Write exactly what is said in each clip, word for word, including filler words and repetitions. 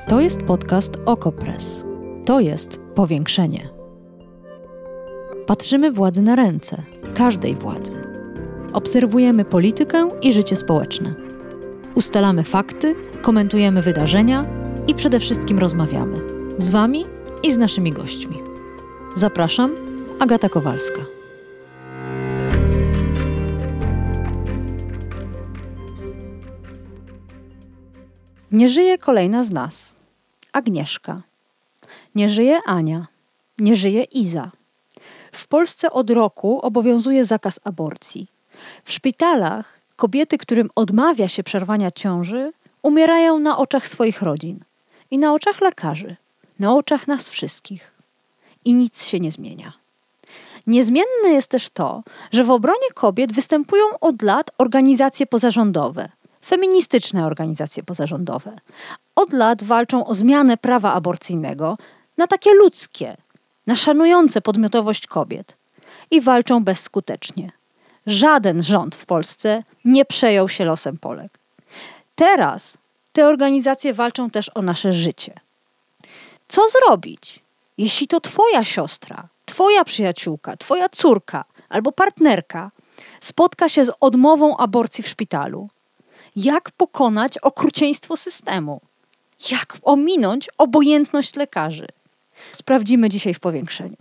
To jest podcast Okopres. To jest powiększenie. Patrzymy władzy na ręce, każdej władzy. Obserwujemy politykę i życie społeczne. Ustalamy fakty, komentujemy wydarzenia i przede wszystkim rozmawiamy. Z Wami i z naszymi gośćmi. Zapraszam, Agata Kowalska. Nie żyje kolejna z nas. Agnieszka. Nie żyje Ania. Nie żyje Iza. W Polsce od roku obowiązuje zakaz aborcji. W szpitalach kobiety, którym odmawia się przerwania ciąży, umierają na oczach swoich rodzin i na oczach lekarzy, na oczach nas wszystkich. I nic się nie zmienia. Niezmienne jest też to, że w obronie kobiet występują od lat organizacje pozarządowe, feministyczne organizacje pozarządowe. Od lat walczą o zmianę prawa aborcyjnego na takie ludzkie, na szanujące podmiotowość kobiet. I walczą bezskutecznie. Żaden rząd w Polsce nie przejął się losem Polek. Teraz te organizacje walczą też o nasze życie. Co zrobić, jeśli to twoja siostra, twoja przyjaciółka, twoja córka albo partnerka spotka się z odmową aborcji w szpitalu? Jak pokonać okrucieństwo systemu? Jak ominąć obojętność lekarzy? Sprawdzimy dzisiaj w powiększeniu.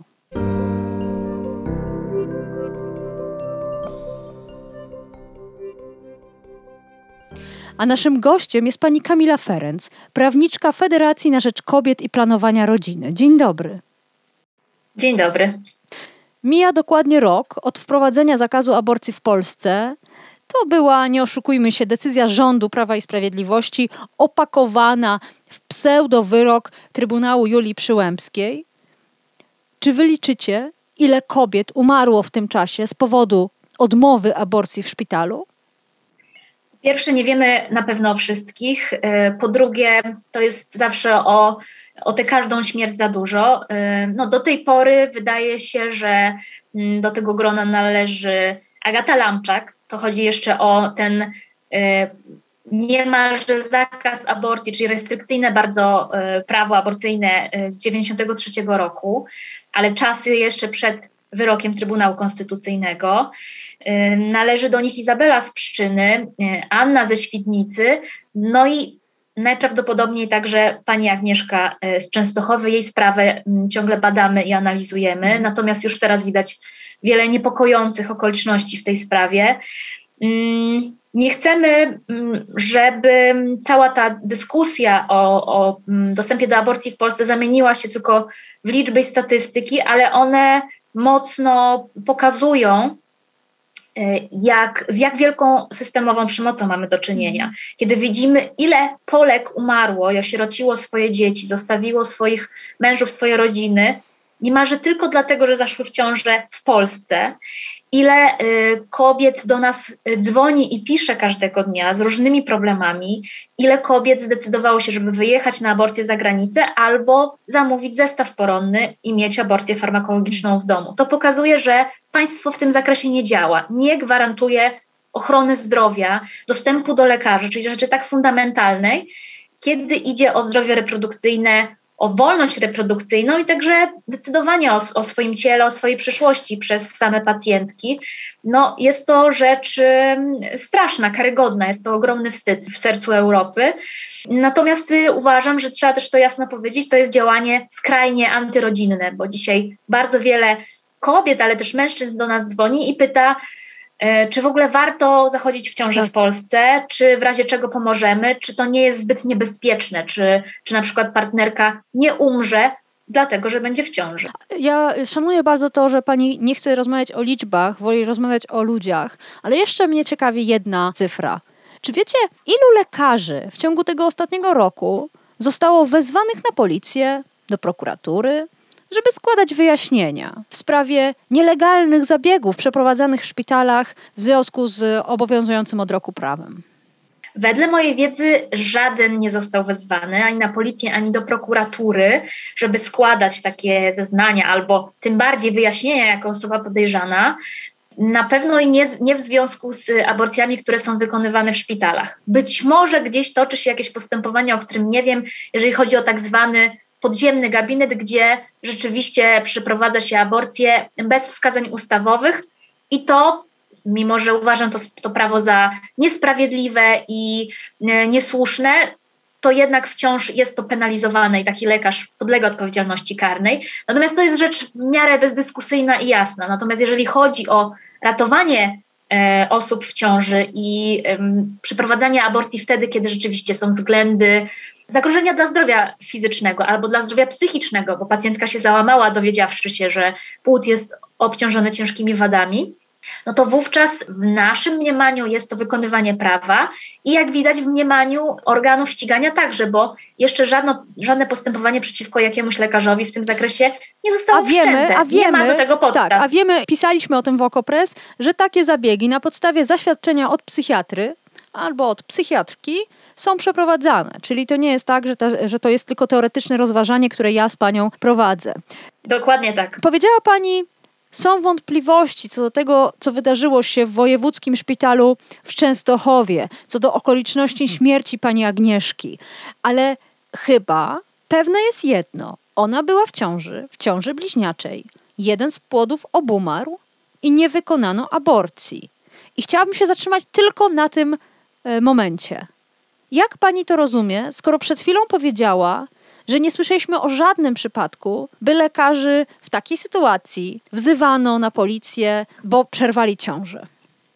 A naszym gościem jest pani Kamila Ferenc, prawniczka Federacji na Rzecz Kobiet i Planowania Rodziny. Dzień dobry. Dzień dobry. Mija dokładnie rok od wprowadzenia zakazu aborcji w Polsce. To była, nie oszukujmy się, decyzja rządu Prawa i Sprawiedliwości opakowana w pseudowyrok Trybunału Julii Przyłębskiej. Czy wy liczycie, ile kobiet umarło w tym czasie z powodu odmowy aborcji w szpitalu? Po pierwsze, nie wiemy na pewno o wszystkich. Po drugie, to jest zawsze o, o tę każdą śmierć za dużo. No, do tej pory wydaje się, że do tego grona należy Agata Lamczak. To chodzi jeszcze o ten y, niemalże zakaz aborcji, czyli restrykcyjne bardzo y, prawo aborcyjne y, z dziewięćdziesiątego trzeciego roku, ale czasy jeszcze przed wyrokiem Trybunału Konstytucyjnego. Y, należy do nich Izabela z Pszczyny, y, Anna ze Świdnicy, no i najprawdopodobniej także pani Agnieszka y, z Częstochowy. Jej sprawę y, ciągle badamy i analizujemy, natomiast już teraz widać wiele niepokojących okoliczności w tej sprawie. Nie chcemy, żeby cała ta dyskusja o, o dostępie do aborcji w Polsce zamieniła się tylko w liczby i statystyki, ale one mocno pokazują, jak, z jak wielką systemową przemocą mamy do czynienia. Kiedy widzimy, ile Polek umarło i osierociło swoje dzieci, zostawiło swoich mężów, swoje rodziny, niemalże tylko dlatego, że zaszły w ciążę w Polsce, ile y, kobiet do nas dzwoni i pisze każdego dnia z różnymi problemami, ile kobiet zdecydowało się, żeby wyjechać na aborcję za granicę albo zamówić zestaw poronny i mieć aborcję farmakologiczną w domu. To pokazuje, że państwo w tym zakresie nie działa, nie gwarantuje ochrony zdrowia, dostępu do lekarzy, czyli rzeczy tak fundamentalnej, kiedy idzie o zdrowie reprodukcyjne, o wolność reprodukcyjną i także decydowanie o, o swoim ciele, o swojej przyszłości przez same pacjentki. No, jest to rzecz y, straszna, karygodna, jest to ogromny wstyd w sercu Europy. Natomiast y, uważam, że trzeba też to jasno powiedzieć, to jest działanie skrajnie antyrodzinne, bo dzisiaj bardzo wiele kobiet, ale też mężczyzn do nas dzwoni i pyta, czy w ogóle warto zachodzić w ciążę w Polsce, czy w razie czego pomożemy, czy to nie jest zbyt niebezpieczne, czy, czy na przykład partnerka nie umrze dlatego, że będzie w ciąży. Ja szanuję bardzo to, że pani nie chce rozmawiać o liczbach, woli rozmawiać o ludziach, ale jeszcze mnie ciekawi jedna cyfra. Czy wiecie, ilu lekarzy w ciągu tego ostatniego roku zostało wezwanych na policję, do prokuratury, żeby składać wyjaśnienia w sprawie nielegalnych zabiegów przeprowadzanych w szpitalach w związku z obowiązującym od roku prawem? Wedle mojej wiedzy żaden nie został wezwany ani na policję, ani do prokuratury, żeby składać takie zeznania albo tym bardziej wyjaśnienia jako osoba podejrzana. Na pewno i nie, nie w związku z aborcjami, które są wykonywane w szpitalach. Być może gdzieś toczy się jakieś postępowanie, o którym nie wiem, jeżeli chodzi o tak zwany podziemny gabinet, gdzie rzeczywiście przeprowadza się aborcję bez wskazań ustawowych i to, mimo że uważam to, to prawo za niesprawiedliwe i e, niesłuszne, to jednak wciąż jest to penalizowane i taki lekarz podlega odpowiedzialności karnej. Natomiast to jest rzecz w miarę bezdyskusyjna i jasna. Natomiast jeżeli chodzi o ratowanie e, osób w ciąży i e, przeprowadzanie aborcji wtedy, kiedy rzeczywiście są względy zagrożenia dla zdrowia fizycznego albo dla zdrowia psychicznego, bo pacjentka się załamała, dowiedziawszy się, że płód jest obciążony ciężkimi wadami, no to wówczas w naszym mniemaniu jest to wykonywanie prawa i jak widać w mniemaniu organów ścigania także, bo jeszcze żadno, żadne postępowanie przeciwko jakiemuś lekarzowi w tym zakresie nie zostało a wiemy, wszczęte. A wiemy, nie ma do tego podstaw. Tak, a wiemy, pisaliśmy o tym w Okopres, że takie zabiegi na podstawie zaświadczenia od psychiatry albo od psychiatrki są przeprowadzane. Czyli to nie jest tak, że, ta, że to jest tylko teoretyczne rozważanie, które ja z panią prowadzę. Dokładnie tak. Powiedziała pani, są wątpliwości co do tego, co wydarzyło się w Wojewódzkim Szpitalu w Częstochowie, co do okoliczności śmierci pani Agnieszki. Ale chyba pewne jest jedno. Ona była w ciąży, w ciąży bliźniaczej. Jeden z płodów obumarł i nie wykonano aborcji. I chciałabym się zatrzymać tylko na tym e, momencie. Jak pani to rozumie, skoro przed chwilą powiedziała, że nie słyszeliśmy o żadnym przypadku, by lekarzy w takiej sytuacji wzywano na policję, bo przerwali ciążę?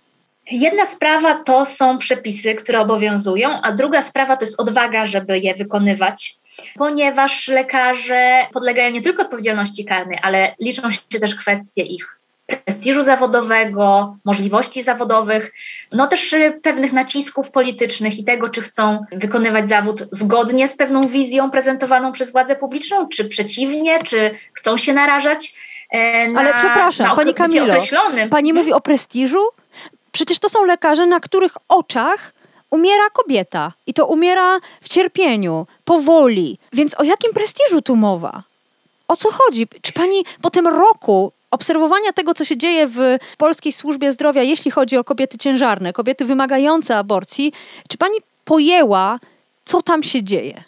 Jedna sprawa to są przepisy, które obowiązują, a druga sprawa to jest odwaga, żeby je wykonywać, ponieważ lekarze podlegają nie tylko odpowiedzialności karnej, ale liczą się też kwestie ich prestiżu zawodowego, możliwości zawodowych, no też pewnych nacisków politycznych i tego, czy chcą wykonywać zawód zgodnie z pewną wizją prezentowaną przez władzę publiczną, czy przeciwnie, czy chcą się narażać e, na, Ale przepraszam, na pani Kamilo, określonym. Pani mówi o prestiżu? Przecież to są lekarze, na których oczach umiera kobieta i to umiera w cierpieniu, powoli. Więc o jakim prestiżu tu mowa? O co chodzi? Czy pani po tym roku obserwowania tego, co się dzieje w polskiej służbie zdrowia, jeśli chodzi o kobiety ciężarne, kobiety wymagające aborcji, czy pani pojęła, co tam się dzieje?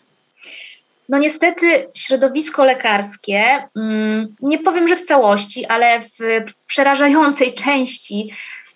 No niestety środowisko lekarskie, mm, nie powiem, że w całości, ale w przerażającej części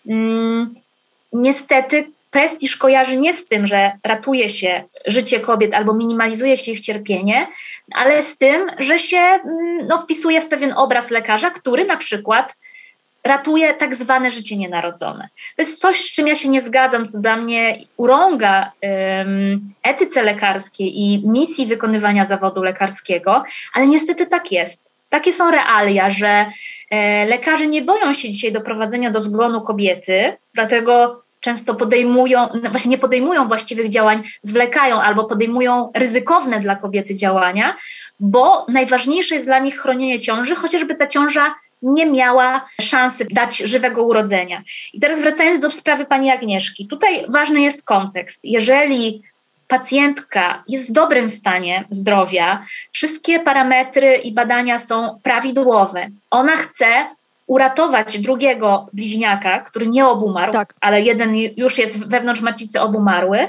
mm, niestety prestiż kojarzy nie z tym, że ratuje się życie kobiet albo minimalizuje się ich cierpienie, ale z tym, że się no, wpisuje w pewien obraz lekarza, który na przykład ratuje tak zwane życie nienarodzone. To jest coś, z czym ja się nie zgadzam, co dla mnie urąga um, etyce lekarskiej i misji wykonywania zawodu lekarskiego, ale niestety tak jest. Takie są realia, że e, lekarze nie boją się dzisiaj doprowadzenia do zgonu kobiety, dlatego często podejmują, no właśnie nie podejmują właściwych działań, zwlekają albo podejmują ryzykowne dla kobiety działania, bo najważniejsze jest dla nich chronienie ciąży, chociażby ta ciąża nie miała szansy dać żywego urodzenia. I teraz wracając do sprawy pani Agnieszki, tutaj ważny jest kontekst. Jeżeli pacjentka jest w dobrym stanie zdrowia, wszystkie parametry i badania są prawidłowe, ona chce uratować drugiego bliźniaka, który nie obumarł, tak, ale jeden już jest wewnątrz macicy obumarły,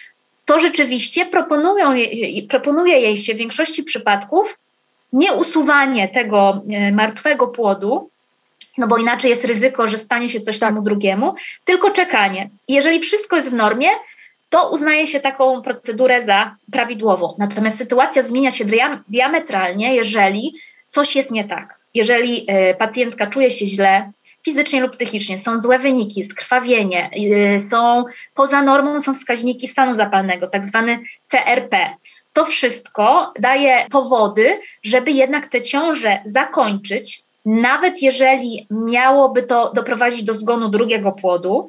to rzeczywiście proponują jej, proponuje jej się w większości przypadków nie usuwanie tego martwego płodu, no bo inaczej jest ryzyko, że stanie się coś tak. temu drugiemu, tylko czekanie. I jeżeli wszystko jest w normie, to uznaje się taką procedurę za prawidłową. Natomiast sytuacja zmienia się diametralnie, jeżeli coś jest nie tak. Jeżeli y, pacjentka czuje się źle fizycznie lub psychicznie, są złe wyniki, skrwawienie, y, są poza normą, są wskaźniki stanu zapalnego, tak zwany C R P. To wszystko daje powody, żeby jednak tę ciążę zakończyć, nawet jeżeli miałoby to doprowadzić do zgonu drugiego płodu,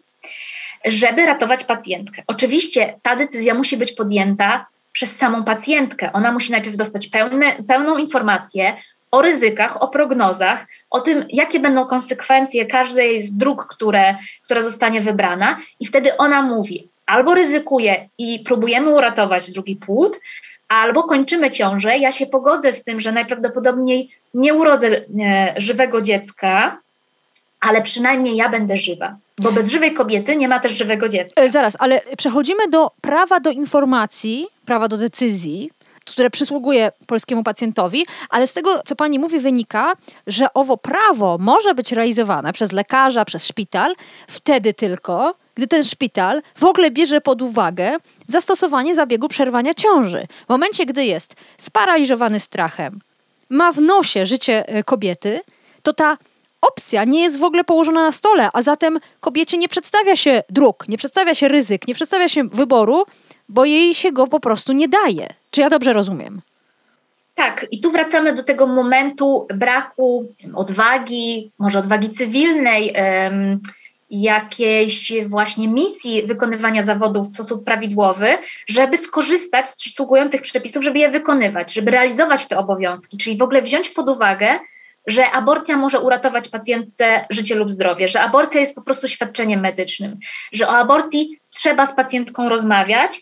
żeby ratować pacjentkę. Oczywiście ta decyzja musi być podjęta przez samą pacjentkę. Ona musi najpierw dostać pełne, pełną informację o ryzykach, o prognozach, o tym, jakie będą konsekwencje każdej z dróg, które, która zostanie wybrana i wtedy ona mówi, albo ryzykuje i próbujemy uratować drugi płód, albo kończymy ciążę. Ja się pogodzę z tym, że najprawdopodobniej nie urodzę e, żywego dziecka, ale przynajmniej ja będę żywa. Bo bez żywej kobiety nie ma też żywego dziecka. E, zaraz, ale przechodzimy do prawa do informacji, prawa do decyzji, które przysługuje polskiemu pacjentowi, ale z tego, co pani mówi, wynika, że owo prawo może być realizowane przez lekarza, przez szpital, wtedy tylko, gdy ten szpital w ogóle bierze pod uwagę zastosowanie zabiegu przerwania ciąży. W momencie, gdy jest sparaliżowany strachem, ma w nosie życie kobiety, to ta opcja nie jest w ogóle położona na stole, a zatem kobiecie nie przedstawia się dróg, nie przedstawia się ryzyk, nie przedstawia się wyboru, bo jej się go po prostu nie daje. Czy ja dobrze rozumiem? Tak, i tu wracamy do tego momentu braku odwagi, może odwagi cywilnej, um, jakiejś właśnie misji wykonywania zawodów w sposób prawidłowy, żeby skorzystać z przysługujących przepisów, żeby je wykonywać, żeby realizować te obowiązki, czyli w ogóle wziąć pod uwagę, że aborcja może uratować pacjentce życie lub zdrowie, że aborcja jest po prostu świadczeniem medycznym, że o aborcji trzeba z pacjentką rozmawiać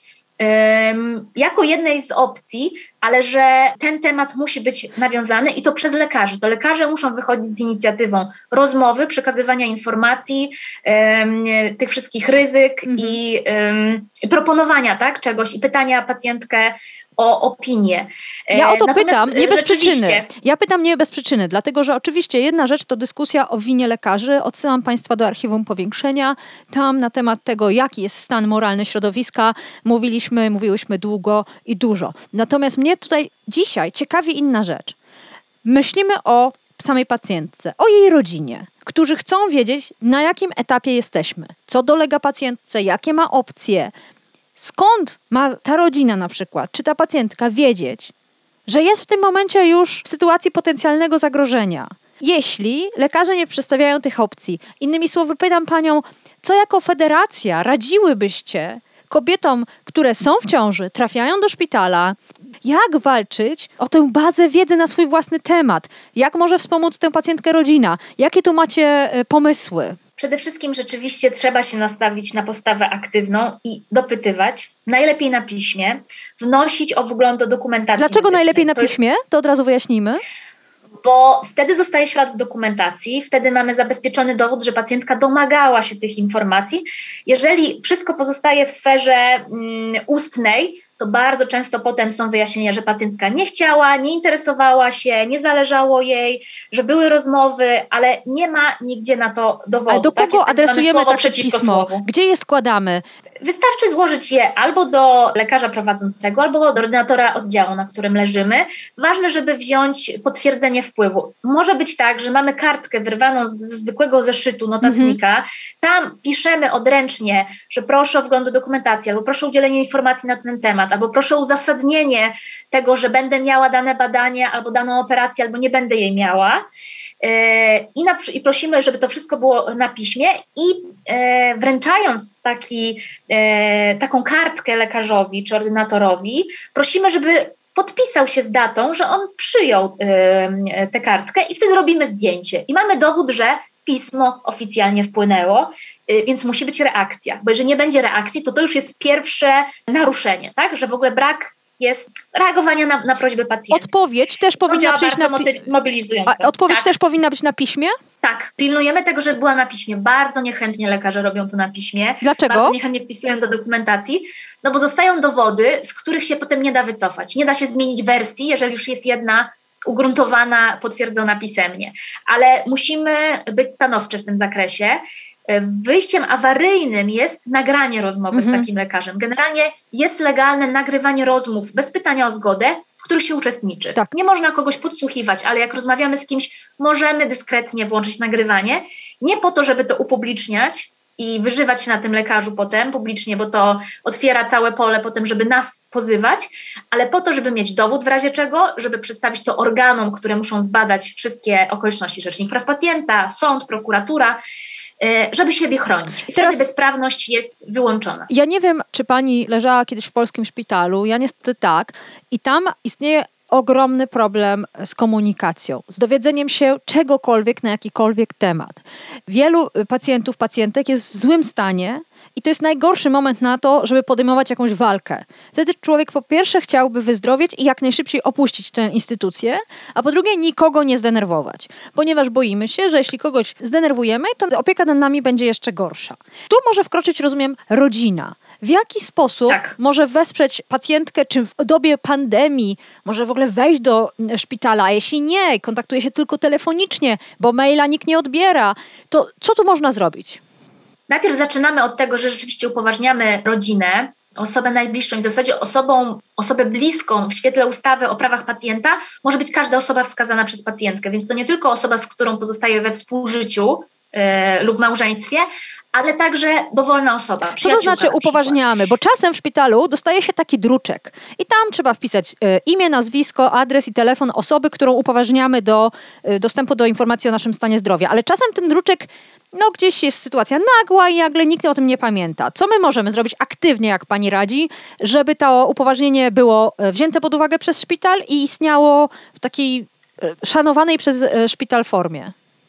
um, jako jednej z opcji, ale że ten temat musi być nawiązany i to przez lekarzy. To lekarze muszą wychodzić z inicjatywą rozmowy, przekazywania informacji, um, tych wszystkich ryzyk mhm. i um, proponowania tak, czegoś i pytania pacjentkę o opinię. Ja o to Natomiast pytam, nie bez rzeczywiście... przyczyny. Ja pytam nie bez przyczyny, dlatego że oczywiście jedna rzecz to dyskusja o winie lekarzy. Odsyłam Państwa do archiwum powiększenia. Tam na temat tego, jaki jest stan moralny środowiska, mówiliśmy, mówiłyśmy długo i dużo. Natomiast mnie tutaj dzisiaj ciekawi inna rzecz. Myślimy o samej pacjentce, o jej rodzinie, którzy chcą wiedzieć, na jakim etapie jesteśmy, co dolega pacjentce, jakie ma opcje. Skąd ma ta rodzina na przykład, czy ta pacjentka wiedzieć, że jest w tym momencie już w sytuacji potencjalnego zagrożenia, jeśli lekarze nie przedstawiają tych opcji? Innymi słowy, pytam panią, co jako federacja radziłybyście kobietom, które są w ciąży, trafiają do szpitala, jak walczyć o tę bazę wiedzy na swój własny temat? Jak może wspomóc tę pacjentkę rodzina? Jakie tu macie pomysły? Przede wszystkim rzeczywiście trzeba się nastawić na postawę aktywną i dopytywać, najlepiej na piśmie, wnosić o wgląd do dokumentacji Dlaczego medycznej. najlepiej na to piśmie? Jest... To od razu wyjaśnijmy. Bo wtedy zostaje ślad w dokumentacji, wtedy mamy zabezpieczony dowód, że pacjentka domagała się tych informacji. Jeżeli wszystko pozostaje w sferze mm, ustnej, to bardzo często potem są wyjaśnienia, że pacjentka nie chciała, nie interesowała się, nie zależało jej, że były rozmowy, ale nie ma nigdzie na to dowodu. Ale do kogo tak? adresujemy takie pismo? Słowu. Gdzie je składamy? Wystarczy złożyć je albo do lekarza prowadzącego, albo do ordynatora oddziału, na którym leżymy. Ważne, żeby wziąć potwierdzenie wpływu. Może być tak, że mamy kartkę wyrwaną z zwykłego zeszytu notatnika, mm-hmm. tam piszemy odręcznie, że proszę o wgląd do dokumentacji, albo proszę o udzielenie informacji na ten temat, albo proszę o uzasadnienie tego, że będę miała dane badanie, albo daną operację, albo nie będę jej miała. I, na, I prosimy, żeby to wszystko było na piśmie i e, wręczając taki, e, taką kartkę lekarzowi czy ordynatorowi, prosimy, żeby podpisał się z datą, że on przyjął e, tę kartkę i wtedy robimy zdjęcie. I mamy dowód, że pismo oficjalnie wpłynęło, e, więc musi być reakcja. Bo jeżeli nie będzie reakcji, to to już jest pierwsze naruszenie, tak? Że w ogóle brak jest reagowania na, na prośby pacjenta. Odpowiedź też powinna przyjść na piśmie. Mobilizująco. Odpowiedź tak. też powinna być na piśmie? Tak, pilnujemy tego, żeby była na piśmie. Bardzo niechętnie lekarze robią to na piśmie. Dlaczego? Bardzo niechętnie wpisują do dokumentacji, no bo zostają dowody, z których się potem nie da wycofać. Nie da się zmienić wersji, jeżeli już jest jedna ugruntowana, potwierdzona pisemnie. Ale musimy być stanowczy w tym zakresie. Wyjściem awaryjnym jest nagranie rozmowy mhm. z takim lekarzem. Generalnie jest legalne nagrywanie rozmów bez pytania o zgodę, w których się uczestniczy. Tak. Nie można kogoś podsłuchiwać, ale jak rozmawiamy z kimś, możemy dyskretnie włączyć nagrywanie. Nie po to, żeby to upubliczniać i wyżywać się na tym lekarzu potem publicznie, bo to otwiera całe pole potem, żeby nas pozywać, ale po to, żeby mieć dowód w razie czego, żeby przedstawić to organom, które muszą zbadać wszystkie okoliczności, Rzecznik Praw Pacjenta, sąd, prokuratura, żeby siebie chronić. I Teraz wtedy bezprawność jest wyłączona. Ja nie wiem, czy pani leżała kiedyś w polskim szpitalu, ja niestety tak. I tam istnieje ogromny problem z komunikacją, z dowiedzeniem się czegokolwiek na jakikolwiek temat. Wielu pacjentów, pacjentek jest w złym stanie I to jest najgorszy moment na to, żeby podejmować jakąś walkę. Wtedy człowiek po pierwsze chciałby wyzdrowieć i jak najszybciej opuścić tę instytucję, a po drugie nikogo nie zdenerwować. Ponieważ boimy się, że jeśli kogoś zdenerwujemy, to opieka nad nami będzie jeszcze gorsza. Tu może wkroczyć, rozumiem, rodzina. W jaki sposób tak. może wesprzeć pacjentkę, czy w dobie pandemii może w ogóle wejść do szpitala, a jeśli nie, kontaktuje się tylko telefonicznie, bo maila nikt nie odbiera, to co tu można zrobić? Najpierw zaczynamy od tego, że rzeczywiście upoważniamy rodzinę, osobę najbliższą i w zasadzie osobą, osobę bliską w świetle ustawy o prawach pacjenta może być każda osoba wskazana przez pacjentkę, więc to nie tylko osoba, z którą pozostaje we współżyciu yy, lub małżeństwie, ale także dowolna osoba. Co to znaczy upoważniamy? Bo czasem w szpitalu dostaje się taki druczek i tam trzeba wpisać y, imię, nazwisko, adres i telefon osoby, którą upoważniamy do y, dostępu do informacji o naszym stanie zdrowia. Ale czasem ten druczek, no gdzieś jest sytuacja nagła i nagle nikt o tym nie pamięta. Co my możemy zrobić aktywnie, jak pani radzi, żeby to upoważnienie było wzięte pod uwagę przez szpital i istniało w takiej y, szanowanej przez y, szpital formie?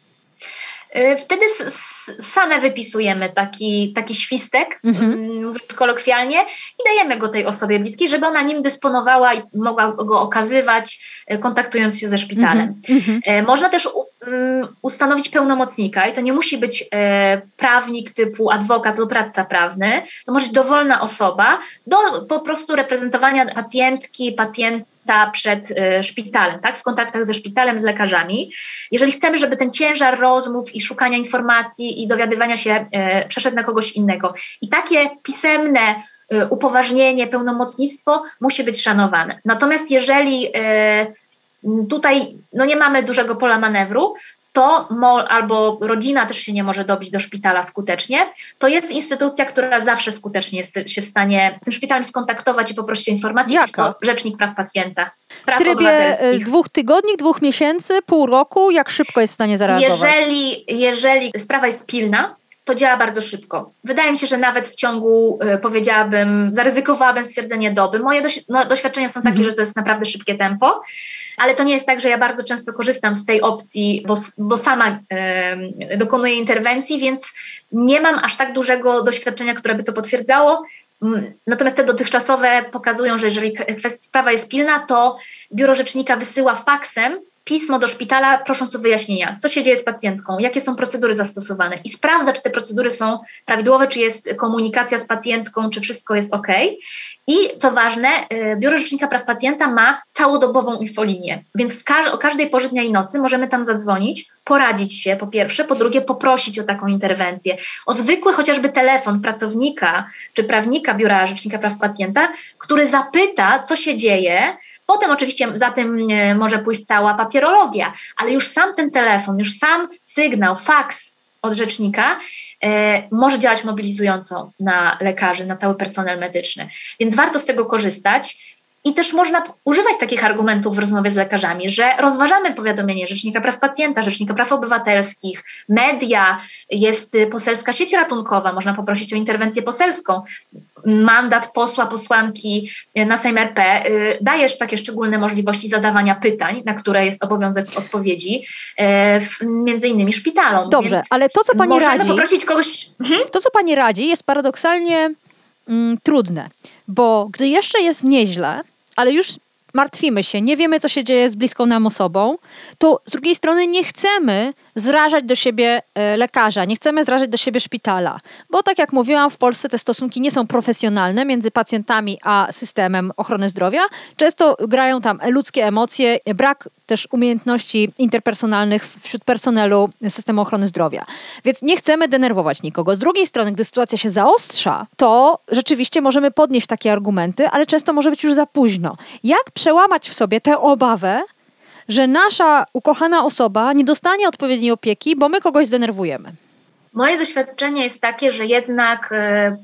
Wtedy same wypisujemy taki, taki świstek, mhm. mówiąc kolokwialnie, i dajemy go tej osobie bliskiej, żeby ona nim dysponowała i mogła go okazywać, kontaktując się ze szpitalem. Mhm. Można też u, um, ustanowić pełnomocnika i to nie musi być e, prawnik typu adwokat lub radca prawny, to może być dowolna osoba do po prostu reprezentowania pacjentki, pacjenta przed y, szpitalem, tak, w kontaktach ze szpitalem, z lekarzami. Jeżeli chcemy, żeby ten ciężar rozmów i szukania informacji i dowiadywania się y, przeszedł na kogoś innego. I takie pisemne y, upoważnienie, pełnomocnictwo musi być szanowane. Natomiast jeżeli y, tutaj no, nie mamy dużego pola manewru, to mo, albo rodzina też się nie może dobić do szpitala skutecznie, to jest instytucja, która zawsze skutecznie jest się w stanie z tym szpitalem skontaktować i poprosić o informację. Jest to Rzecznik Praw Pacjenta. Praw w trybie dwóch tygodni, dwóch miesięcy, pół roku, jak szybko jest w stanie zareagować? Jeżeli, jeżeli sprawa jest pilna, to działa bardzo szybko. Wydaje mi się, że nawet w ciągu, y, powiedziałabym, zaryzykowałabym stwierdzenie doby. Moje doś- no, doświadczenia są takie, mhm. że to jest naprawdę szybkie tempo, ale to nie jest tak, że ja bardzo często korzystam z tej opcji, bo, bo sama y, dokonuję interwencji, więc nie mam aż tak dużego doświadczenia, które by to potwierdzało. Natomiast te dotychczasowe pokazują, że jeżeli sprawa jest pilna, to Biuro Rzecznika wysyła faksem pismo do szpitala prosząc o wyjaśnienia, co się dzieje z pacjentką, jakie są procedury zastosowane i sprawdza, czy te procedury są prawidłowe, czy jest komunikacja z pacjentką, czy wszystko jest ok. I co ważne, Biuro Rzecznika Praw Pacjenta ma całodobową infolinię, więc w każ- o każdej porze dnia i nocy możemy tam zadzwonić, poradzić się po pierwsze, po drugie poprosić o taką interwencję, o zwykły chociażby telefon pracownika czy prawnika Biura Rzecznika Praw Pacjenta, który zapyta, co się dzieje. Potem oczywiście za tym może pójść cała papierologia, ale już sam ten telefon, już sam sygnał, faks od rzecznika e, może działać mobilizująco na lekarzy, na cały personel medyczny. Więc warto z tego korzystać i też można używać takich argumentów w rozmowie z lekarzami, że rozważamy powiadomienie Rzecznika Praw Pacjenta, Rzecznika Praw Obywatelskich, media, jest poselska sieć ratunkowa, można poprosić o interwencję poselską. Mandat posła, posłanki na Sejm R P y, daje takie szczególne możliwości zadawania pytań, na które jest obowiązek odpowiedzi, y, w, między innymi szpitalom. Dobrze, więc ale to, co pani możemy radzi, poprosić kogoś... Mhm. to, co pani radzi, jest paradoksalnie mm, trudne, bo gdy jeszcze jest nieźle, ale już martwimy się, nie wiemy, co się dzieje z bliską nam osobą, to z drugiej strony nie chcemy zrażać do siebie e, lekarza, nie chcemy zrażać do siebie szpitala, bo tak jak mówiłam, w Polsce te stosunki nie są profesjonalne między pacjentami a systemem ochrony zdrowia. Często grają tam ludzkie emocje, brak też umiejętności interpersonalnych wśród personelu systemu ochrony zdrowia. Więc nie chcemy denerwować nikogo. Z drugiej strony, gdy sytuacja się zaostrza, to rzeczywiście możemy podnieść takie argumenty, ale często może być już za późno. Jak przełamać w sobie tę obawę, że nasza ukochana osoba nie dostanie odpowiedniej opieki, bo my kogoś zdenerwujemy? Moje doświadczenie jest takie, że jednak e,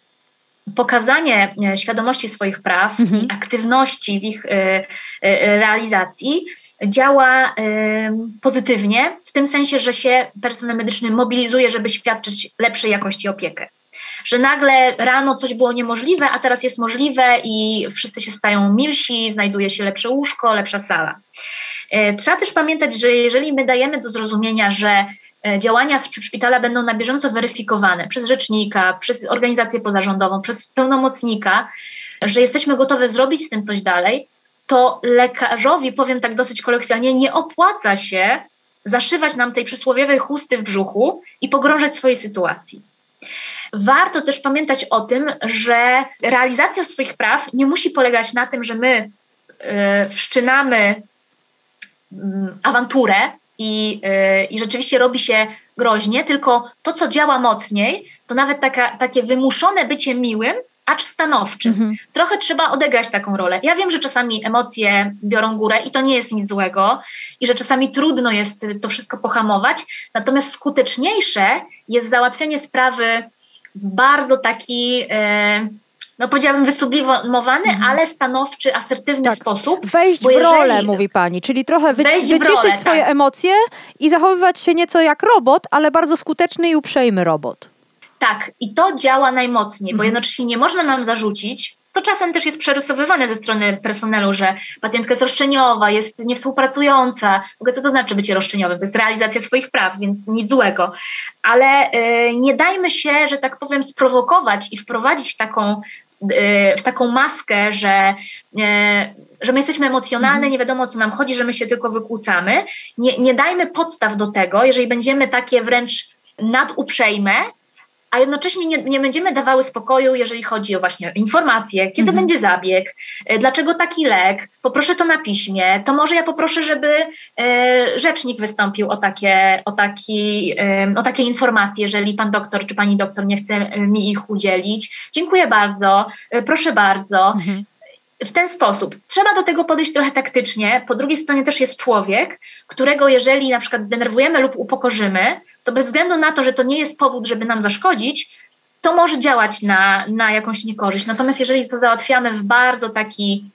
pokazanie świadomości swoich praw mhm. i aktywności w ich e, e, realizacji działa e, pozytywnie, w tym sensie, że się personel medyczny mobilizuje, żeby świadczyć lepszej jakości opiekę. Że nagle rano coś było niemożliwe, a teraz jest możliwe i wszyscy się stają milsi, znajduje się lepsze łóżko, lepsza sala. Trzeba też pamiętać, że jeżeli my dajemy do zrozumienia, że działania szpitala będą na bieżąco weryfikowane przez rzecznika, przez organizację pozarządową, przez pełnomocnika, że jesteśmy gotowe zrobić z tym coś dalej, to lekarzowi, powiem tak dosyć kolokwialnie, nie opłaca się zaszywać nam tej przysłowiowej chusty w brzuchu i pogrążać w swojej sytuacji. Warto też pamiętać o tym, że realizacja swoich praw nie musi polegać na tym, że my y, wszczynamy y, awanturę i, y, i rzeczywiście robi się groźnie, tylko to, co działa mocniej, to nawet taka, takie wymuszone bycie miłym, acz stanowczym. Mhm. Trochę trzeba odegrać taką rolę. Ja wiem, że czasami emocje biorą górę i to nie jest nic złego i że czasami trudno jest to wszystko pohamować, natomiast skuteczniejsze jest załatwianie sprawy w bardzo taki, e, no powiedziałabym wysublimowany, mhm. ale stanowczy, asertywny tak. sposób. Wejść w jeżeli, rolę, mówi pani, czyli trochę wy, wyciszyć rolę, swoje tak. emocje i zachowywać się nieco jak robot, ale bardzo skuteczny i uprzejmy robot. Tak, i to działa najmocniej, mhm. bo jednocześnie nie można nam zarzucić, co czasem też jest przerysowywane ze strony personelu, że pacjentka jest roszczeniowa, jest niewspółpracująca. W ogóle co to znaczy bycie roszczeniowym? To jest realizacja swoich praw, więc nic złego. Ale y, nie dajmy się, że tak powiem, sprowokować i wprowadzić w taką, y, w taką maskę, że, y, że my jesteśmy emocjonalne, mhm. nie wiadomo o co nam chodzi, że my się tylko wykłócamy. Nie, nie dajmy podstaw do tego, jeżeli będziemy takie wręcz naduprzejme, a jednocześnie nie, nie będziemy dawały spokoju, jeżeli chodzi o właśnie informacje, kiedy mhm. będzie zabieg, dlaczego taki lek, poproszę to na piśmie, to może ja poproszę, żeby e, rzecznik wystąpił o takie, o, taki, e, o takie informacje, jeżeli pan doktor czy pani doktor nie chce mi ich udzielić. Dziękuję bardzo, e, proszę bardzo. Mhm. W ten sposób. Trzeba do tego podejść trochę taktycznie. Po drugiej stronie też jest człowiek, którego jeżeli na przykład zdenerwujemy lub upokorzymy, to bez względu na to, że to nie jest powód, żeby nam zaszkodzić, to może działać na, na jakąś niekorzyść. Natomiast jeżeli to załatwiamy w bardzo taki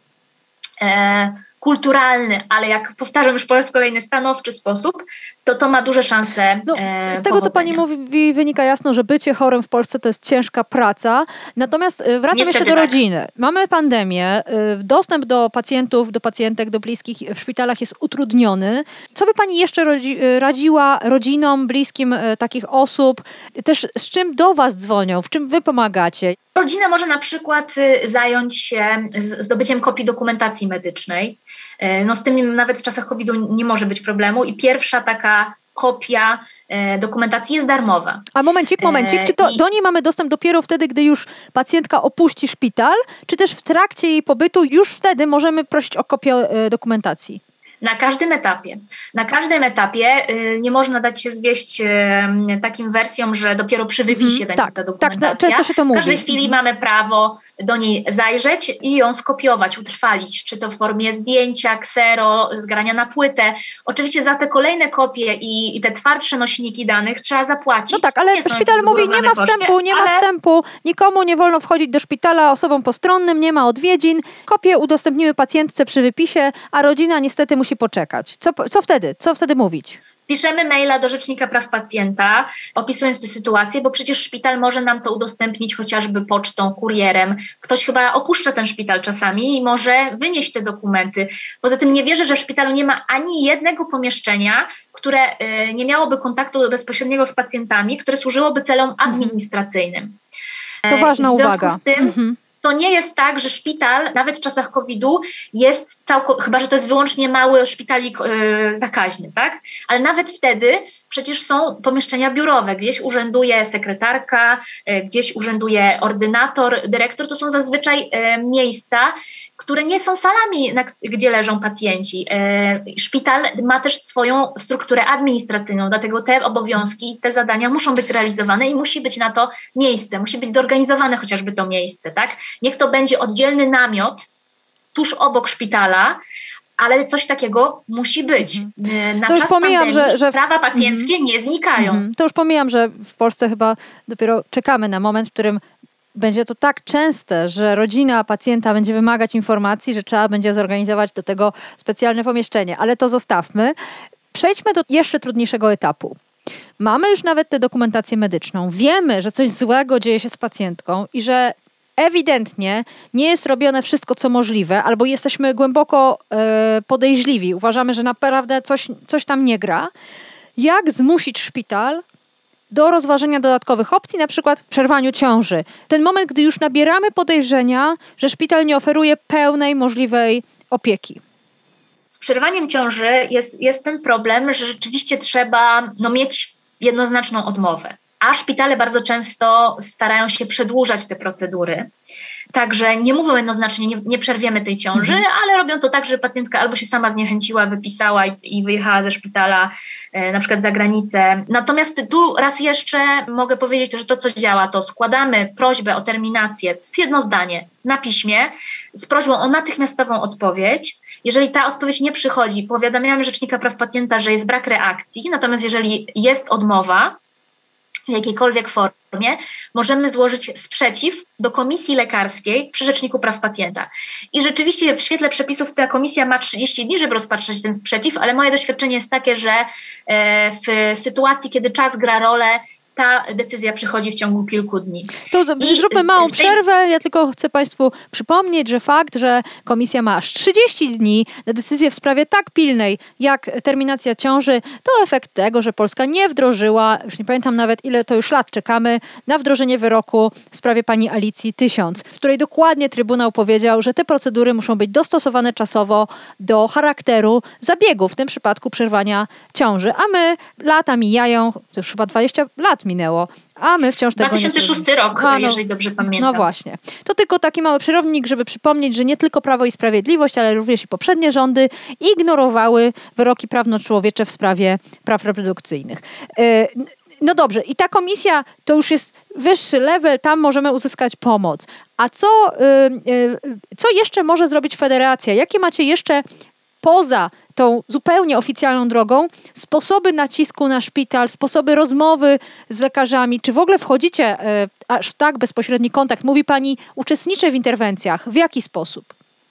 e, kulturalny, ale jak powtarzam już po raz kolejny, stanowczy sposób, to to ma duże szanse no, e, z tego, powodzenia. Co pani mówi, wynika jasno, że bycie chorym w Polsce to jest ciężka praca. Natomiast wracam Niestety jeszcze do tak. rodziny. Mamy pandemię, dostęp do pacjentów, do pacjentek, do bliskich w szpitalach jest utrudniony. Co by pani jeszcze rodzi, radziła rodzinom, bliskim takich osób? Też z czym do was dzwonią? W czym wy pomagacie? Rodzina może na przykład zająć się zdobyciem kopii dokumentacji medycznej. No z tym nawet w czasach kowida nie może być problemu i pierwsza taka kopia e, dokumentacji jest darmowa. A momencik, momencik, czy to, I... do niej mamy dostęp dopiero wtedy, gdy już pacjentka opuści szpital, czy też w trakcie jej pobytu już wtedy możemy prosić o kopię e, dokumentacji? Na każdym etapie. Na każdym etapie y, nie można dać się zwieść y, takim wersjom, że dopiero przy wypisie mm, będzie tak, ta dokumentacja. Tak, często się to mówi. W każdej chwili mm. mamy prawo do niej zajrzeć i ją skopiować, utrwalić, czy to w formie zdjęcia, ksero, zgrania na płytę. Oczywiście za te kolejne kopie i, i te twardsze nośniki danych trzeba zapłacić. No tak, ale szpital mówi, nie ma wstępu, koszty, nie ma ale... wstępu, nikomu nie wolno wchodzić do szpitala, osobom postronnym, nie ma odwiedzin. Kopie udostępniły pacjentce przy wypisie, a rodzina niestety musi poczekać. Co, co wtedy? Co wtedy mówić? Piszemy maila do Rzecznika Praw Pacjenta, opisując tę sytuację, bo przecież szpital może nam to udostępnić chociażby pocztą, kurierem. Ktoś chyba opuszcza ten szpital czasami i może wynieść te dokumenty. Poza tym nie wierzę, że w szpitalu nie ma ani jednego pomieszczenia, które y, nie miałoby kontaktu bezpośredniego z pacjentami, które służyłoby celom administracyjnym. To ważna uwaga. W związku z tym mhm. to nie jest tak, że szpital, nawet w czasach kowida, jest całkowicie, chyba że to jest wyłącznie mały szpitalik yy, zakaźny, tak? Ale nawet wtedy przecież są pomieszczenia biurowe, gdzieś urzęduje sekretarka, yy, gdzieś urzęduje ordynator, dyrektor, to są zazwyczaj yy, miejsca, które nie są salami, na, gdzie leżą pacjenci. Yy, szpital ma też swoją strukturę administracyjną, dlatego te obowiązki, te zadania muszą być realizowane i musi być na to miejsce, musi być zorganizowane chociażby to miejsce, tak? Niech to będzie oddzielny namiot tuż obok szpitala, ale coś takiego musi być. Na to już czas pomijam, pandemii że, że... prawa pacjenckie mm-hmm. nie znikają. Mm-hmm. To już pomijam, że w Polsce chyba dopiero czekamy na moment, w którym będzie to tak częste, że rodzina pacjenta będzie wymagać informacji, że trzeba będzie zorganizować do tego specjalne pomieszczenie. Ale to zostawmy. Przejdźmy do jeszcze trudniejszego etapu. Mamy już nawet tę dokumentację medyczną. Wiemy, że coś złego dzieje się z pacjentką i że ewidentnie nie jest robione wszystko, co możliwe, albo jesteśmy głęboko e, podejrzliwi. Uważamy, że naprawdę coś, coś tam nie gra. jak zmusić szpital do rozważenia dodatkowych opcji, na przykład w przerwaniu ciąży. Ten moment, gdy już nabieramy podejrzenia, że szpital nie oferuje pełnej możliwej opieki. Z przerwaniem ciąży jest, jest ten problem, że rzeczywiście trzeba no, mieć jednoznaczną odmowę. A szpitale bardzo często starają się przedłużać te procedury. Także nie mówią jednoznacznie, nie, nie przerwiemy tej ciąży, mhm. ale robią to tak, że pacjentka albo się sama zniechęciła, wypisała i, i wyjechała ze szpitala e, na przykład za granicę. Natomiast tu raz jeszcze mogę powiedzieć, że to, co działa, to składamy prośbę o terminację, to jest jedno zdanie, na piśmie, z prośbą o natychmiastową odpowiedź. Jeżeli ta odpowiedź nie przychodzi, powiadamiamy Rzecznika Praw Pacjenta, że jest brak reakcji, natomiast jeżeli jest odmowa, w jakiejkolwiek formie, możemy złożyć sprzeciw do komisji lekarskiej przy Rzeczniku Praw Pacjenta. I rzeczywiście w świetle przepisów ta komisja ma trzydzieści dni, żeby rozpatrzeć ten sprzeciw, ale moje doświadczenie jest takie, że w sytuacji, kiedy czas gra rolę, ta decyzja przychodzi w ciągu kilku dni. To I zróbmy małą przerwę. Ja tylko chcę Państwu przypomnieć, że fakt, że komisja ma aż trzydzieści dni na decyzję w sprawie tak pilnej jak terminacja ciąży, to efekt tego, że Polska nie wdrożyła, już nie pamiętam nawet ile to już lat czekamy, na wdrożenie wyroku w sprawie pani Alicji Tysiąc, w której dokładnie Trybunał powiedział, że te procedury muszą być dostosowane czasowo do charakteru zabiegu, w tym przypadku przerwania ciąży. A my, lata mijają, to już chyba dwadzieścia lat minęło, a my wciąż tego dwa tysiące szósty rok, a, no, jeżeli dobrze pamiętam. No właśnie. To tylko taki mały przerownik, żeby przypomnieć, że nie tylko Prawo i Sprawiedliwość, ale również i poprzednie rządy ignorowały wyroki prawno-człowiecze w sprawie praw reprodukcyjnych. No dobrze, i ta komisja to już jest wyższy level, tam możemy uzyskać pomoc. A co, co jeszcze może zrobić federacja? Jakie macie jeszcze poza tą zupełnie oficjalną drogą sposoby nacisku na szpital, sposoby rozmowy z lekarzami? Czy w ogóle wchodzicie y, aż w tak bezpośredni kontakt? Mówi pani, uczestniczę w interwencjach. W jaki sposób?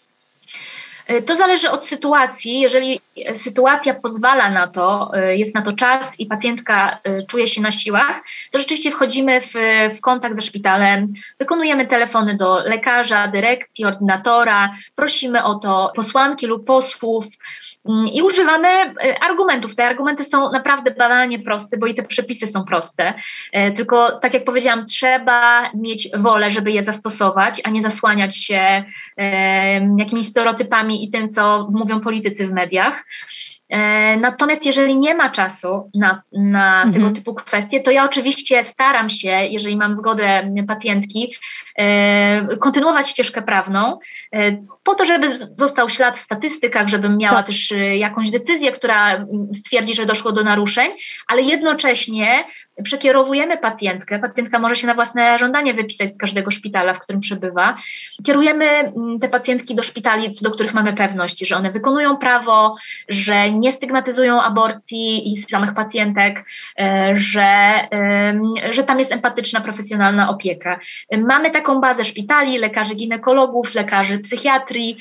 To zależy od sytuacji. Jeżeli sytuacja pozwala na to, jest na to czas i pacjentka czuje się na siłach, to rzeczywiście wchodzimy w, w kontakt ze szpitalem, wykonujemy telefony do lekarza, dyrekcji, ordynatora, prosimy o to posłanki lub posłów i używamy argumentów. Te argumenty są naprawdę banalnie proste, bo i te przepisy są proste. Tylko tak jak powiedziałam, trzeba mieć wolę, żeby je zastosować, a nie zasłaniać się jakimiś stereotypami i tym, co mówią politycy w mediach. Natomiast jeżeli nie ma czasu na, na mhm. tego typu kwestie, to ja oczywiście staram się, jeżeli mam zgodę pacjentki, kontynuować ścieżkę prawną, po to, żeby został ślad w statystykach, żebym miała tak. też jakąś decyzję, która stwierdzi, że doszło do naruszeń, ale jednocześnie przekierowujemy pacjentkę. Pacjentka może się na własne żądanie wypisać z każdego szpitala, w którym przebywa. Kierujemy te pacjentki do szpitali, do których mamy pewność, że one wykonują prawo, że nie stygmatyzują aborcji i samych pacjentek, że, że tam jest empatyczna, profesjonalna opieka. Mamy taką bazę szpitali, lekarzy ginekologów, lekarzy psychiatrii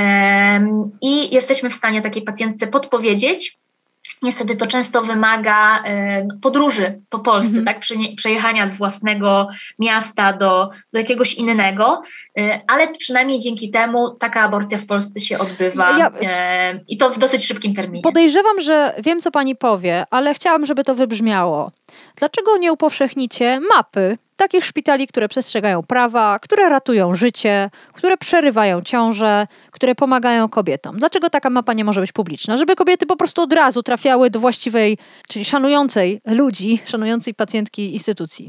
i jesteśmy w stanie takiej pacjentce podpowiedzieć. Niestety to często wymaga y, podróży po Polsce, mm-hmm. tak? Prze- przejechania z własnego miasta do, do jakiegoś innego, y, ale przynajmniej dzięki temu taka aborcja w Polsce się odbywa ja, y, i to w dosyć szybkim terminie. Podejrzewam, że wiem, co pani powie, ale chciałam, żeby to wybrzmiało. Dlaczego nie upowszechnicie mapy takich szpitali, które przestrzegają prawa, które ratują życie, które przerywają ciąże, które pomagają kobietom? Dlaczego taka mapa nie może być publiczna? Żeby kobiety po prostu od razu trafiały do właściwej, czyli szanującej ludzi, szanującej pacjentki instytucji.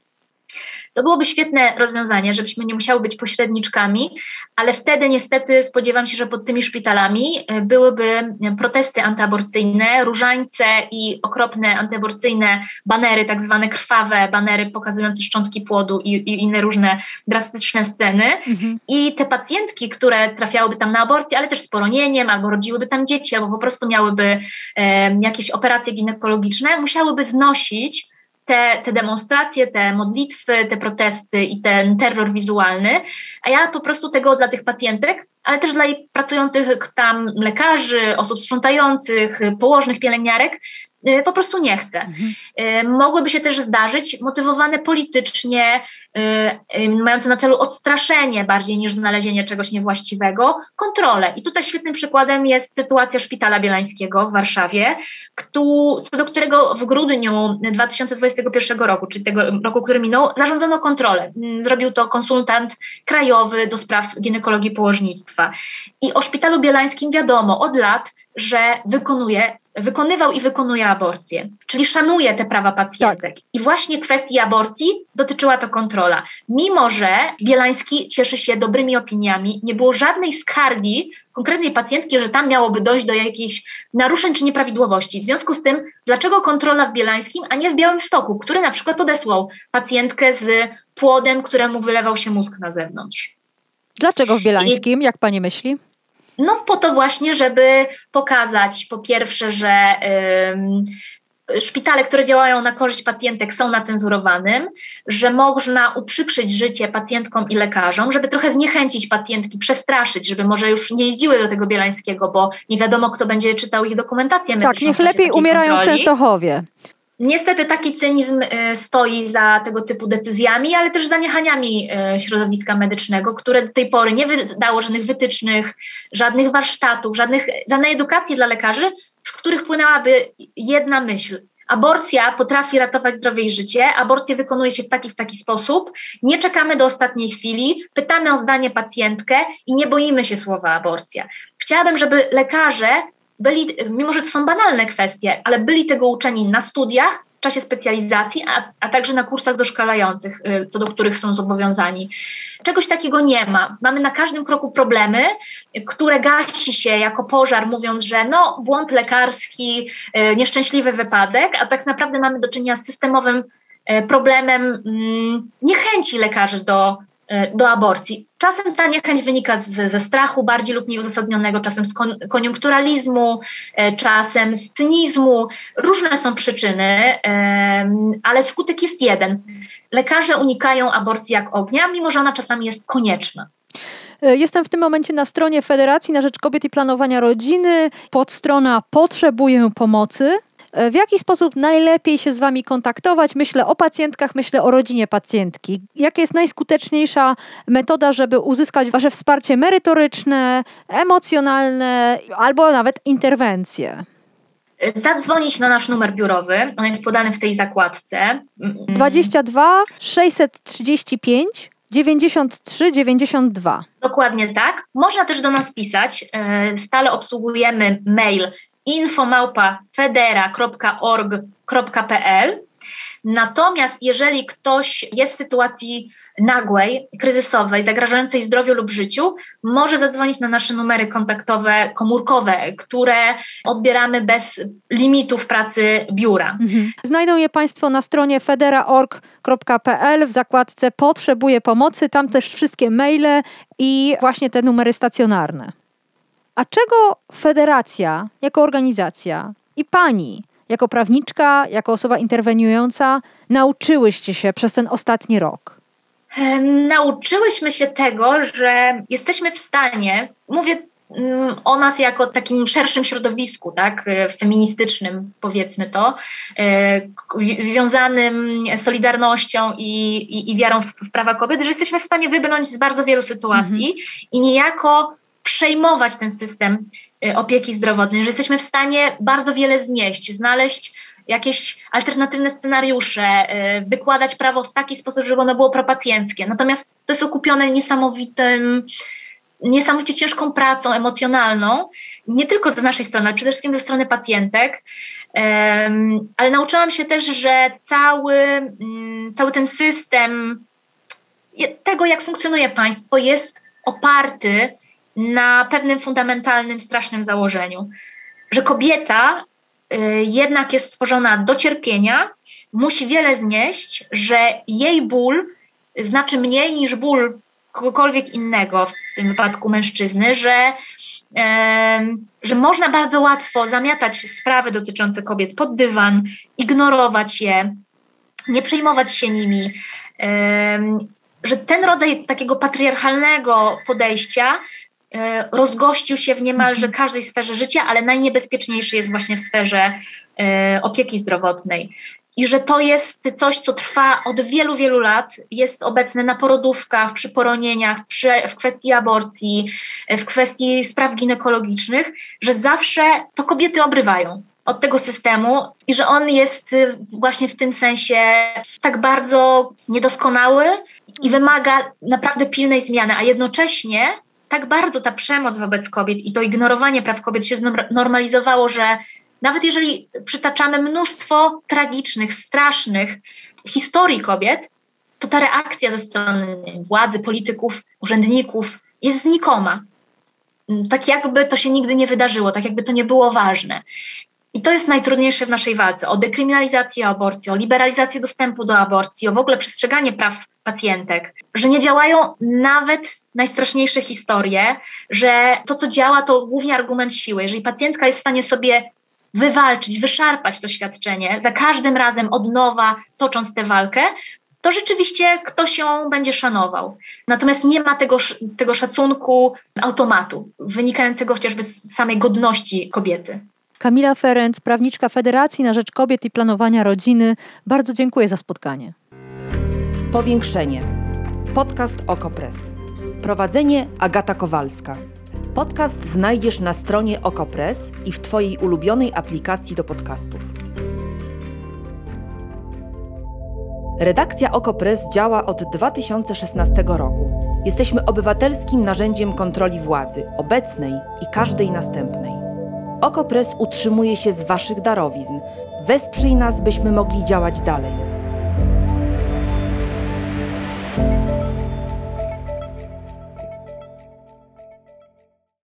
To byłoby świetne rozwiązanie, żebyśmy nie musiały być pośredniczkami, ale wtedy niestety spodziewam się, że pod tymi szpitalami byłyby protesty antyaborcyjne, różańce i okropne antyaborcyjne banery, tak zwane krwawe banery pokazujące szczątki płodu i, i inne różne drastyczne sceny. Mhm. I te pacjentki, które trafiałyby tam na aborcję, ale też z poronieniem, albo rodziłyby tam dzieci, albo po prostu miałyby e, jakieś operacje ginekologiczne, musiałyby znosić Te, te demonstracje, te modlitwy, te protesty i ten terror wizualny, a ja po prostu tego dla tych pacjentek, ale też dla pracujących tam lekarzy, osób sprzątających, położnych, pielęgniarek, po prostu nie chce. Mhm. Mogłyby się też zdarzyć motywowane politycznie, mające na celu odstraszenie bardziej niż znalezienie czegoś niewłaściwego, kontrolę. I tutaj świetnym przykładem jest sytuacja Szpitala Bielańskiego w Warszawie, co do którego w grudniu dwa tysiące dwudziestego pierwszego roku, czyli tego roku, który minął, zarządzono kontrolę. Zrobił to konsultant krajowy do spraw ginekologii i położnictwa. I o Szpitalu Bielańskim wiadomo od lat, że wykonuje, wykonywał i wykonuje aborcję, czyli szanuje te prawa pacjentek. Tak. I właśnie kwestii aborcji dotyczyła to kontrola. Mimo że Bielański cieszy się dobrymi opiniami, nie było żadnej skargi konkretnej pacjentki, że tam miałoby dojść do jakichś naruszeń czy nieprawidłowości. W związku z tym, dlaczego kontrola w Bielańskim, a nie w Białymstoku, który na przykład odesłał pacjentkę z płodem, któremu wylewał się mózg na zewnątrz? Dlaczego w Bielańskim, I... jak pani myśli? No po to właśnie, żeby pokazać po pierwsze, że y, szpitale, które działają na korzyść pacjentek, są na cenzurowanym, że można uprzykrzyć życie pacjentkom i lekarzom, żeby trochę zniechęcić pacjentki, przestraszyć, żeby może już nie jeździły do tego Bielańskiego, bo nie wiadomo, kto będzie czytał ich dokumentację medyczną. Tak, niech lepiej umierają kontroli. W Częstochowie. Niestety taki cynizm y, stoi za tego typu decyzjami, ale też zaniechaniami y, środowiska medycznego, które do tej pory nie wydało żadnych wytycznych, żadnych warsztatów, żadnych, żadnej edukacji dla lekarzy, z których płynęłaby jedna myśl. Aborcja potrafi ratować zdrowie i życie, aborcję wykonuje się w taki w taki sposób, nie czekamy do ostatniej chwili, pytamy o zdanie pacjentkę i nie boimy się słowa aborcja. Chciałabym, żeby lekarze byli, mimo że to są banalne kwestie, ale byli tego uczeni na studiach, w czasie specjalizacji, a, a także na kursach doszkalających, co do których są zobowiązani. Czegoś takiego nie ma. Mamy na każdym kroku problemy, które gasi się jako pożar, mówiąc, że no błąd lekarski, nieszczęśliwy wypadek, a tak naprawdę mamy do czynienia z systemowym problemem niechęci lekarzy do do aborcji. Czasem ta niechęć wynika z, ze strachu bardziej lub mniej uzasadnionego, czasem z kon, koniunkturalizmu, e, czasem z cynizmu. Różne są przyczyny, e, ale skutek jest jeden. Lekarze unikają aborcji jak ognia, mimo że ona czasami jest konieczna. Jestem w tym momencie na stronie Federacji na Rzecz Kobiet i Planowania Rodziny. Podstrona Potrzebuję pomocy. W jaki sposób najlepiej się z wami kontaktować? Myślę o pacjentkach, myślę o rodzinie pacjentki. Jaka jest najskuteczniejsza metoda, żeby uzyskać wasze wsparcie merytoryczne, emocjonalne albo nawet interwencje? Zadzwonić na nasz numer biurowy, on jest podany w tej zakładce. dwadzieścia dwa sześćset trzydzieści pięć dziewięćdziesiąt trzy dziewięćdziesiąt dwa. Dokładnie tak. Można też do nas pisać. Stale obsługujemy mail info małpa federa kropka org kropka p l. Natomiast jeżeli ktoś jest w sytuacji nagłej, kryzysowej, zagrażającej zdrowiu lub życiu, może zadzwonić na nasze numery kontaktowe, komórkowe, które odbieramy bez limitów pracy biura. Mhm. Znajdą je Państwo na stronie federa kropka org kropka p l w zakładce Potrzebuję pomocy. Tam też wszystkie maile i właśnie te numery stacjonarne. A czego Federacja jako organizacja i pani jako prawniczka, jako osoba interweniująca nauczyłyście się przez ten ostatni rok? Nauczyłyśmy się tego, że jesteśmy w stanie, mówię o nas jako takim szerszym środowisku, tak, feministycznym powiedzmy to, wiązanym solidarnością i, i, i wiarą w, w prawa kobiet, że jesteśmy w stanie wybrnąć z bardzo wielu sytuacji mhm. i niejako przejmować ten system opieki zdrowotnej, że jesteśmy w stanie bardzo wiele znieść, znaleźć jakieś alternatywne scenariusze, wykładać prawo w taki sposób, żeby ono było propacjenckie. Natomiast to jest okupione niesamowitym, niesamowicie ciężką pracą emocjonalną, nie tylko z naszej strony, ale przede wszystkim ze strony pacjentek. Um, ale nauczyłam się też, że cały, um, cały ten system tego, jak funkcjonuje państwo, jest oparty na pewnym fundamentalnym, strasznym założeniu, że kobieta y, jednak jest stworzona do cierpienia, musi wiele znieść, że jej ból znaczy mniej niż ból kogokolwiek innego, w tym wypadku mężczyzny, że, y, że można bardzo łatwo zamiatać sprawy dotyczące kobiet pod dywan, ignorować je, nie przejmować się nimi, y, że ten rodzaj takiego patriarchalnego podejścia rozgościł się w niemalże każdej sferze życia, ale najniebezpieczniejszy jest właśnie w sferze e, opieki zdrowotnej. I że to jest coś, co trwa od wielu, wielu lat, jest obecne na porodówkach, przy poronieniach, przy, w kwestii aborcji, w kwestii spraw ginekologicznych, że zawsze to kobiety obrywają od tego systemu i że on jest właśnie w tym sensie tak bardzo niedoskonały i wymaga naprawdę pilnej zmiany, a jednocześnie tak bardzo ta przemoc wobec kobiet i to ignorowanie praw kobiet się znormalizowało, że nawet jeżeli przytaczamy mnóstwo tragicznych, strasznych historii kobiet, to ta reakcja ze strony władzy, polityków, urzędników jest znikoma. Tak jakby to się nigdy nie wydarzyło, tak jakby to nie było ważne. I to jest najtrudniejsze w naszej walce. O dekryminalizację aborcji, o liberalizację dostępu do aborcji, o w ogóle przestrzeganie praw pacjentek, że nie działają nawet najstraszniejsze historie, że to, co działa, to głównie argument siły. Jeżeli pacjentka jest w stanie sobie wywalczyć, wyszarpać to świadczenie, za każdym razem od nowa tocząc tę walkę, to rzeczywiście ktoś ją będzie szanował. Natomiast nie ma tego, tego szacunku automatu, wynikającego chociażby z samej godności kobiety. Kamila Ferenc, prawniczka Federacji na Rzecz Kobiet i Planowania Rodziny. Bardzo dziękuję za spotkanie. Powiększenie. Podcast Okopres. Prowadzenie Agata Kowalska. Podcast znajdziesz na stronie Okopres i w Twojej ulubionej aplikacji do podcastów. Redakcja Okopres działa od dwa tysiące szesnastego roku. Jesteśmy obywatelskim narzędziem kontroli władzy, obecnej i każdej następnej. Okopres utrzymuje się z Waszych darowizn. Wesprzyj nas, byśmy mogli działać dalej.